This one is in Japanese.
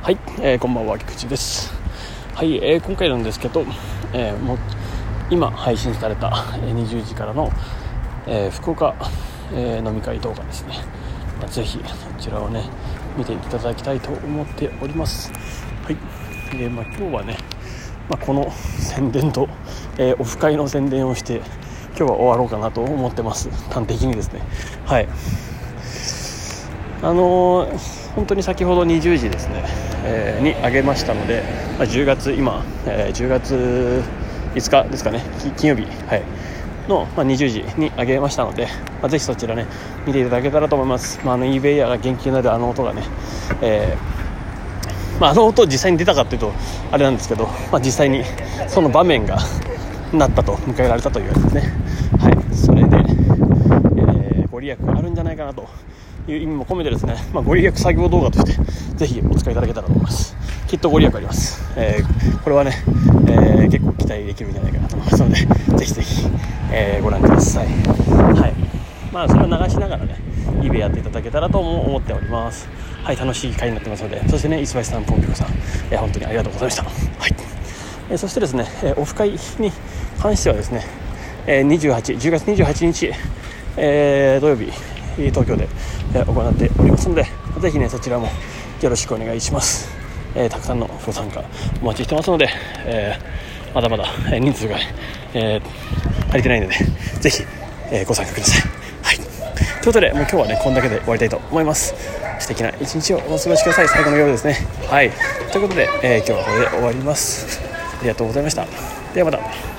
はい、こんばんは、菊池です。はい、今回なんですけど、もう今配信された20時からの、福岡、飲み会動画ですね。ぜひそちらをね見ていただきたいと思っております。はい、今日はね、この宣伝と、オフ会の宣伝をして今日は終わろうかなと思ってます。端的にですね。はい。本当に先ほど20時ですね、に上げましたので、10月今、10月5日ですかね、金曜日、の、20時に上げましたので、ぜひそちらね見ていただけたらと思います。eBay が元気になる音がね、あの音実際に出たかというとあれなんですけど、実際にその場面がなったと迎えられたというやつですね。はい、それで、ご利益があるんじゃないかなという意味も込めてですね、ご利益作業動画としてぜひお使いいただけたらと思います。きっとご利益あります。これはね、結構期待できるんじゃないかなと思いますので、ぜひぜひ、ご覧ください。はい。それを流しながらね、eBay やっていただけたらと思っております。はい、楽しい会になってますので、そしてね、磯橋さん、ポンピコさん、本当にありがとうございました。はい。そしてですね、オフ会に関してはですね、10月28日、土曜日東京で行っておりますので、ぜひねそちらもよろしくお願いします。たくさんのご参加お待ちしてますので、まだまだ人数が、足りてないのでぜひ、ご参加ください。はい、ということでもう今日はねこんだけで終わりたいと思います。素敵な一日をお過ごしください。最後の夜ですね。はい、ということで、今日はこれで終わります。ありがとうございました。ではまた。